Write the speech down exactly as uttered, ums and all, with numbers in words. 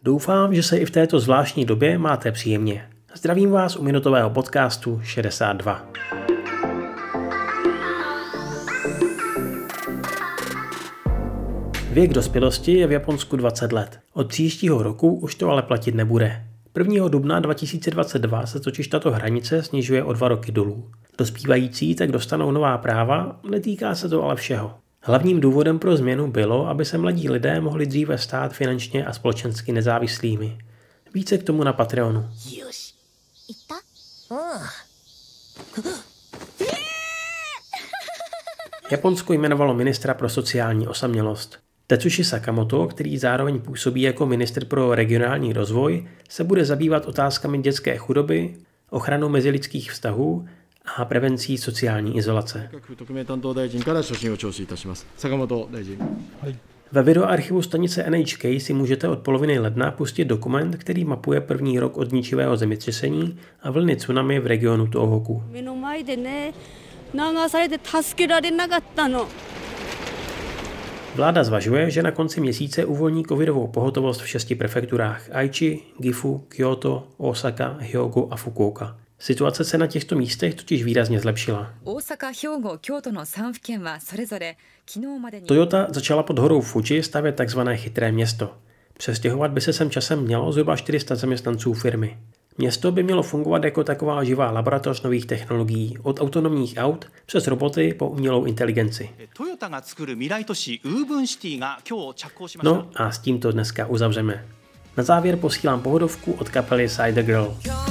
Doufám, že se i v této zvláštní době máte příjemně. Zdravím vás u minutového podcastu šedesát dva. Věk dospělosti je v Japonsku dvacet let. Od příštího roku už to ale platit nebude. prvního dubna dva tisíce dvacet dva se totiž tato hranice snižuje o dva roky dolů. Dospívající tak dostanou nová práva, netýká se to ale všeho. Hlavním důvodem pro změnu bylo, aby se mladí lidé mohli dříve stát finančně a společensky nezávislými. Více k tomu na Patreonu. Japonsko jmenovalo ministra pro sociální osamělost. Tetsushi Sakamoto, který zároveň působí jako ministr pro regionální rozvoj, se bude zabývat otázkami dětské chudoby, ochranou mezilidských vztahů a prevencí sociální izolace. Ve videoarchivu stanice N H K si můžete od poloviny ledna pustit dokument, který mapuje první rok od ničivého zemětřesení a vlny tsunami v regionu Tohoku. Vláda zvažuje, že na konci měsíce uvolní covidovou pohotovost v šesti prefekturách Aichi, Gifu, Kyoto, Osaka, Hyogo a Fukuoka. Situace se na těchto místech totiž výrazně zlepšila. Toyota začala pod horou Fuji stavět takzvané chytré město. Přestěhovat by se sem časem mělo zhruba čtyři sta zaměstnanců firmy. Město by mělo fungovat jako taková živá laboratoř nových technologií, od autonomních aut přes roboty po umělou inteligenci. No a s tím to dneska uzavřeme. Na závěr posílám pohodovku od kapely Cider Girl.